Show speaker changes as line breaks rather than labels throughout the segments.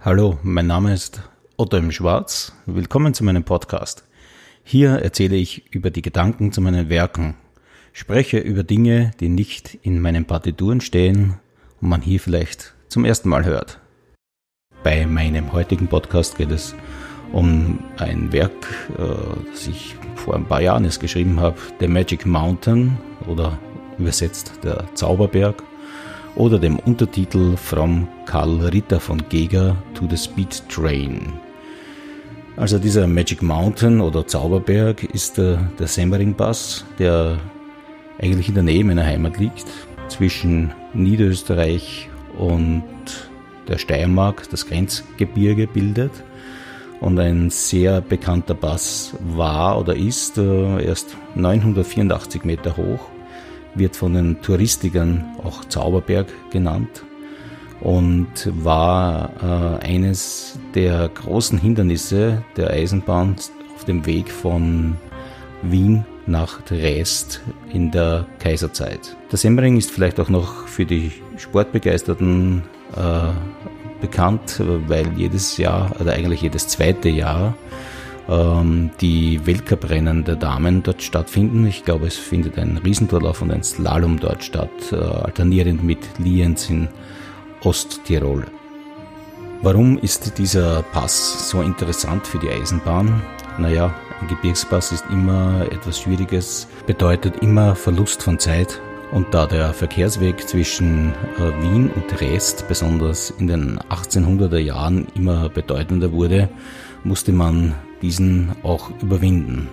Hallo, mein Name ist Otto M. Schwarz. Willkommen zu meinem Podcast. Hier erzähle ich über die Gedanken zu meinen Werken, spreche über Dinge, die nicht in meinen Partituren stehen und man hier vielleicht zum ersten Mal hört. Bei meinem heutigen Podcast geht es um ein Werk, das ich vor ein paar Jahren erst geschrieben habe, The Magic Mountain oder übersetzt der Zauberberg oder dem Untertitel From Karl Ritter von Geger to the Speed Train. Also dieser Magic Mountain oder Zauberberg ist der Semmering-Pass, der eigentlich in der Nähe meiner Heimat liegt, zwischen Niederösterreich und der Steiermark, das Grenzgebirge bildet. Und ein sehr bekannter Pass war oder ist erst 984 Meter hoch, wird von den Touristikern auch Zauberberg genannt und war eines der großen Hindernisse der Eisenbahn auf dem Weg von Wien nach Triest in der Kaiserzeit. Der Semmering ist vielleicht auch noch für die Sportbegeisterten bekannt, weil jedes Jahr oder eigentlich jedes zweite Jahr die Weltcuprennen der Damen dort stattfinden. Ich glaube, es findet ein Riesentorlauf und ein Slalom dort statt, alternierend mit Lienz in Osttirol. Warum ist dieser Pass so interessant für die Eisenbahn? Naja, ein Gebirgspass ist immer etwas Schwieriges, bedeutet immer Verlust von Zeit. Und da der Verkehrsweg zwischen Wien und Triest besonders in den 1800er Jahren immer bedeutender wurde, musste man diesen auch überwinden.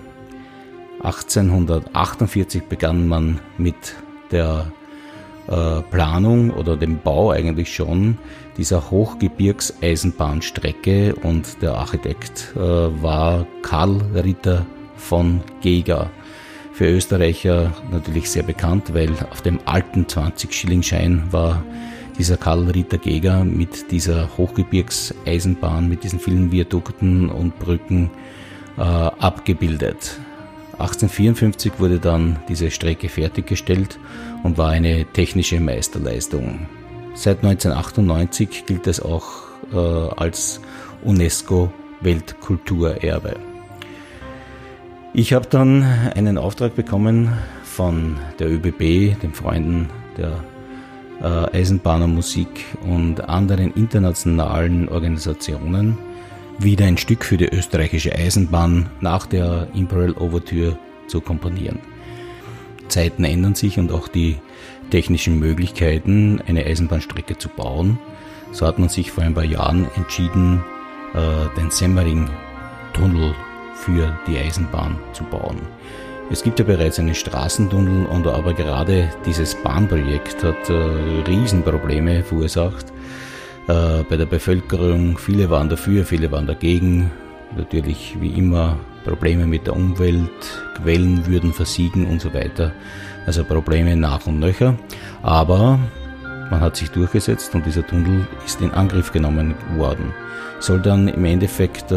1848 begann man mit der Planung oder dem Bau eigentlich schon dieser Hochgebirgseisenbahnstrecke und der Architekt war Karl Ritter von Geger. Für Österreicher natürlich sehr bekannt, weil auf dem alten 20-Schilling-Schein war dieser Karl Ritter Geger mit dieser Hochgebirgseisenbahn, mit diesen vielen Viadukten und Brücken abgebildet. 1854 wurde dann diese Strecke fertiggestellt und war eine technische Meisterleistung. Seit 1998 gilt es auch als UNESCO-Weltkulturerbe. Ich habe dann einen Auftrag bekommen von der ÖBB, den Freunden der Eisenbahnermusik und anderen internationalen Organisationen, wieder ein Stück für die österreichische Eisenbahn nach der Imperial Overture zu komponieren. Zeiten ändern sich und auch die technischen Möglichkeiten, eine Eisenbahnstrecke zu bauen. So hat man sich vor ein paar Jahren entschieden, den Semmering-Tunnel für die Eisenbahn zu bauen. Es gibt ja bereits einen Straßentunnel, aber gerade dieses Bahnprojekt hat Riesenprobleme verursacht bei der Bevölkerung. Viele waren dafür, viele waren dagegen. Natürlich wie immer Probleme mit der Umwelt, Quellen würden versiegen und so weiter. Also Probleme nach und nöcher. Aber man hat sich durchgesetzt und dieser Tunnel ist in Angriff genommen worden. Soll dann im Endeffekt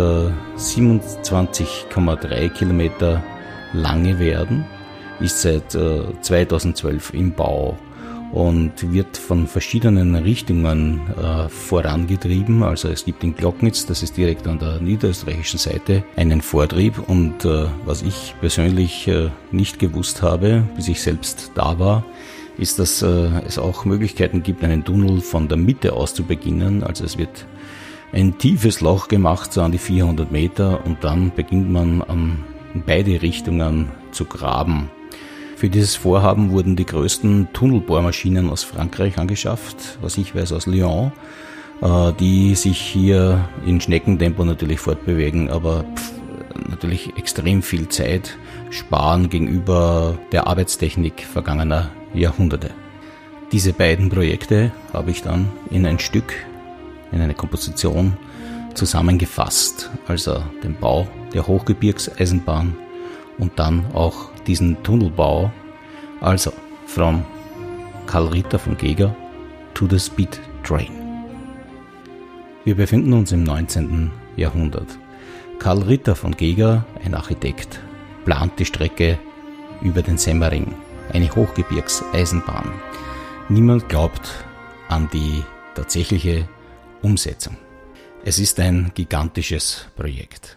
27,3 Kilometer lange werden, ist seit 2012 im Bau und wird von verschiedenen Richtungen vorangetrieben. Also es gibt in Glocknitz, das ist direkt an der niederösterreichischen Seite, einen Vortrieb und was ich persönlich nicht gewusst habe, bis ich selbst da war, ist, dass es auch Möglichkeiten gibt, einen Tunnel von der Mitte aus zu beginnen. Also es wird ein tiefes Loch gemacht, so an die 400 Meter und dann beginnt man in beide Richtungen zu graben. Für dieses Vorhaben wurden die größten Tunnelbohrmaschinen aus Frankreich angeschafft, was ich weiß aus Lyon, die sich hier in Schneckentempo natürlich fortbewegen, aber natürlich extrem viel Zeit sparen gegenüber der Arbeitstechnik vergangener Jahrhunderte. Diese beiden Projekte habe ich dann in ein Stück, in eine Komposition zusammengefasst, also den Bau der Hochgebirgseisenbahn und dann auch diesen Tunnelbau, also from Karl Ritter von Geger to the Speed Train. Wir befinden uns im 19. Jahrhundert. Karl Ritter von Geger, ein Architekt, plant die Strecke über den Semmering, eine Hochgebirgseisenbahn. Niemand glaubt an die tatsächliche Umsetzung. Es ist ein gigantisches Projekt.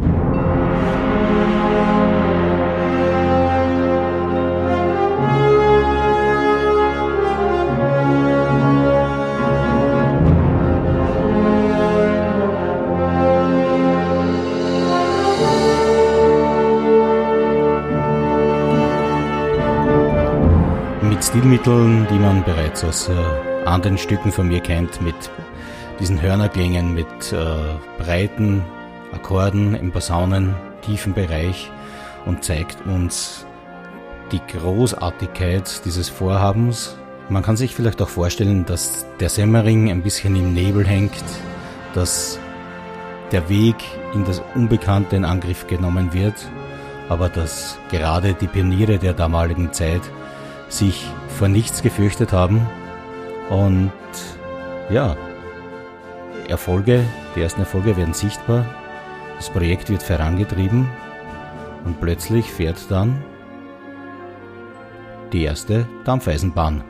Mit Stilmitteln, die man bereits aus anderen Stücken von mir kennt, mit diesen Hörnerklängen, mit breiten Akkorden im Posaunentiefen Bereich und zeigt uns die Großartigkeit dieses Vorhabens. Man kann sich vielleicht auch vorstellen, dass der Semmering ein bisschen im Nebel hängt, dass der Weg in das Unbekannte in Angriff genommen wird, aber dass gerade die Pioniere der damaligen Zeit sich vor nichts gefürchtet haben und ja, die ersten Erfolge werden sichtbar, das Projekt wird vorangetrieben und plötzlich fährt dann die erste Dampfeisenbahn.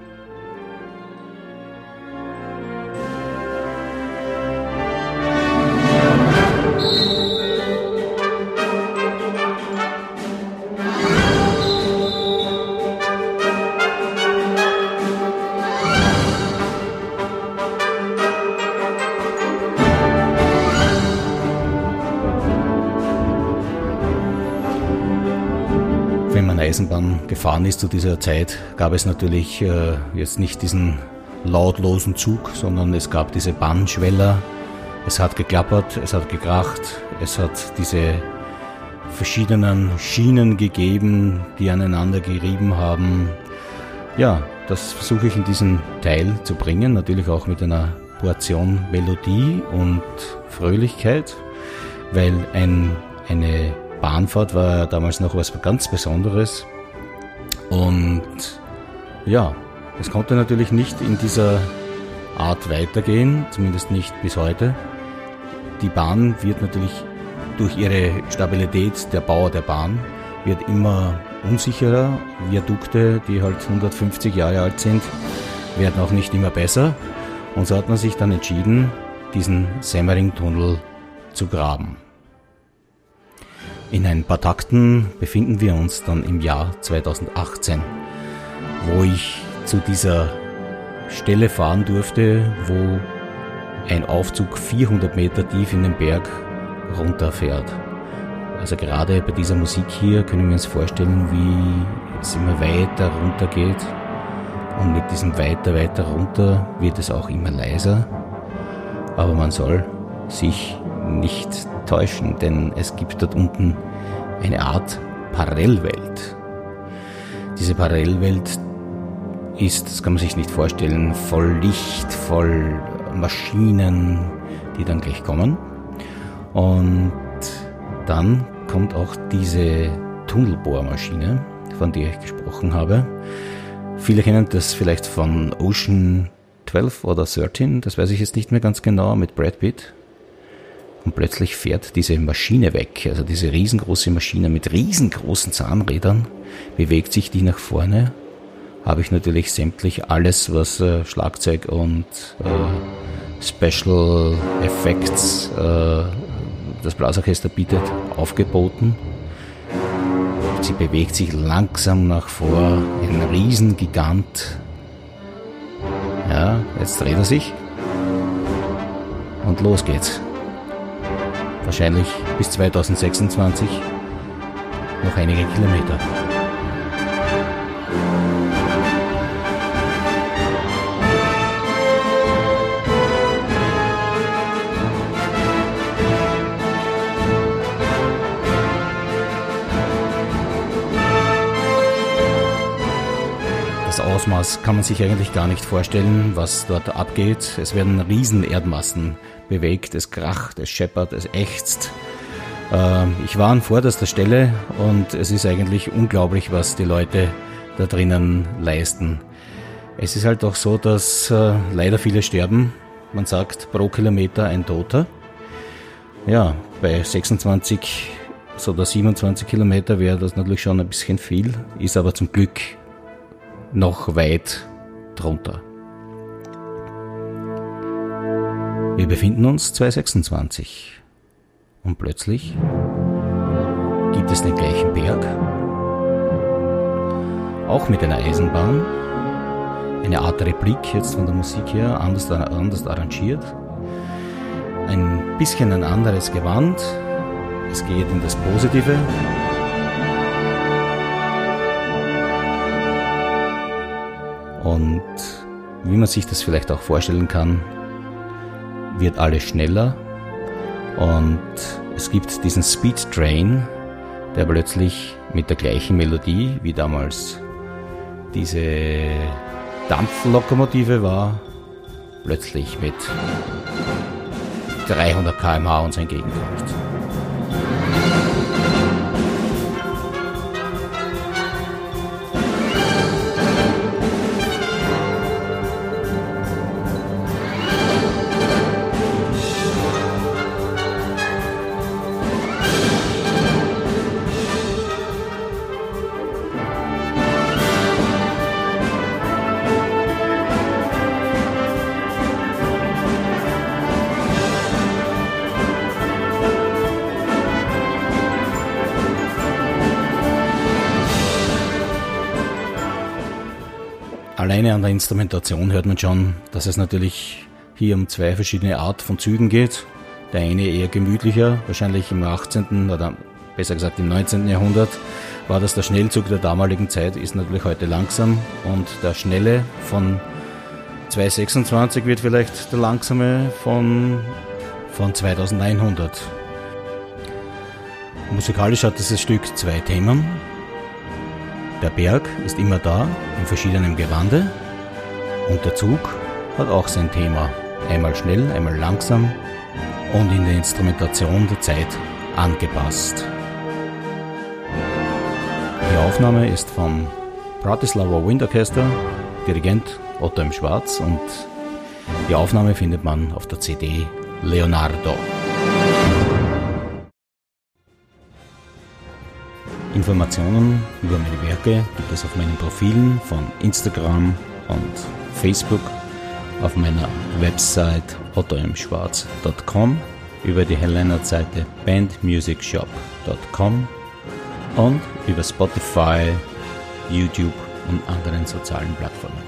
Wenn man Eisenbahn gefahren ist zu dieser Zeit, gab es natürlich jetzt nicht diesen lautlosen Zug, sondern es gab diese Bahnschweller. Es hat geklappert, es hat gekracht, es hat diese verschiedenen Schienen gegeben, die aneinander gerieben haben. Ja, das versuche ich in diesem Teil zu bringen, natürlich auch mit einer Portion Melodie und Fröhlichkeit, weil eine Bahnfahrt war ja damals noch was ganz Besonderes und ja, es konnte natürlich nicht in dieser Art weitergehen, zumindest nicht bis heute. Die Bahn wird natürlich durch ihre Stabilität, der Bau der Bahn, wird immer unsicherer. Viadukte, die halt 150 Jahre alt sind, werden auch nicht immer besser und so hat man sich dann entschieden, diesen Semmering-Tunnel zu graben. In ein paar Takten befinden wir uns dann im Jahr 2018, wo ich zu dieser Stelle fahren durfte, wo ein Aufzug 400 Meter tief in den Berg runterfährt. Also gerade bei dieser Musik hier können wir uns vorstellen, wie es immer weiter runter geht. Und mit diesem weiter runter wird es auch immer leiser. Aber man soll sich nicht täuschen, denn es gibt dort unten eine Art Parallelwelt. Diese Parallelwelt ist, das kann man sich nicht vorstellen, voll Licht, voll Maschinen, die dann gleich kommen. Und dann kommt auch diese Tunnelbohrmaschine, von der ich gesprochen habe. Viele kennen das vielleicht von Ocean 12 oder 13, das weiß ich jetzt nicht mehr ganz genau, mit Brad Pitt. Und plötzlich fährt diese Maschine weg, also diese riesengroße Maschine mit riesengroßen Zahnrädern, bewegt sich die nach vorne. Habe ich natürlich sämtlich alles, was Schlagzeug und Special Effects das Blasorchester bietet, aufgeboten. Sie bewegt sich langsam nach vor, ein Riesengigant. Ja, jetzt dreht er sich und los geht's. Wahrscheinlich bis 2026 noch einige Kilometer. Das Ausmaß kann man sich eigentlich gar nicht vorstellen, was dort abgeht. Es werden riesen Erdmassen bewegt, es kracht, es scheppert, es ächzt. Ich war an vorderster Stelle und es ist eigentlich unglaublich, was die Leute da drinnen leisten. Es ist halt auch so, dass leider viele sterben. Man sagt pro Kilometer ein Toter. Ja, bei 26 oder 27 Kilometer wäre das natürlich schon ein bisschen viel, ist aber zum Glück noch weit drunter. Wir befinden uns 2026 und plötzlich gibt es den gleichen Berg, auch mit einer Eisenbahn, eine Art Replik jetzt von der Musik her, anders arrangiert, ein bisschen ein anderes Gewand, es geht in das Positive. Und wie man sich das vielleicht auch vorstellen kann, wird alles schneller und es gibt diesen Speed Train, der plötzlich mit der gleichen Melodie wie damals diese Dampflokomotive war, plötzlich mit 300 km/h uns entgegenkommt. Alleine an der Instrumentation hört man schon, dass es natürlich hier um zwei verschiedene Art von Zügen geht. Der eine eher gemütlicher, wahrscheinlich im 18. oder besser gesagt im 19. Jahrhundert war das der Schnellzug der damaligen Zeit, ist natürlich heute langsam und der schnelle von 226 wird vielleicht der langsame von 2100. Musikalisch hat dieses Stück zwei Themen. Der Berg ist immer da, in verschiedenem Gewande, und der Zug hat auch sein Thema, einmal schnell, einmal langsam und in der Instrumentation der Zeit angepasst. Die Aufnahme ist vom Bratislava Wind Orchestra, Dirigent Otto M. Schwarz, und die Aufnahme findet man auf der CD Leonardo. Informationen über meine Werke gibt es auf meinen Profilen von Instagram und Facebook, auf meiner Website ottomschwarz.com, über die Helena-Seite bandmusicshop.com und über Spotify, YouTube und anderen sozialen Plattformen.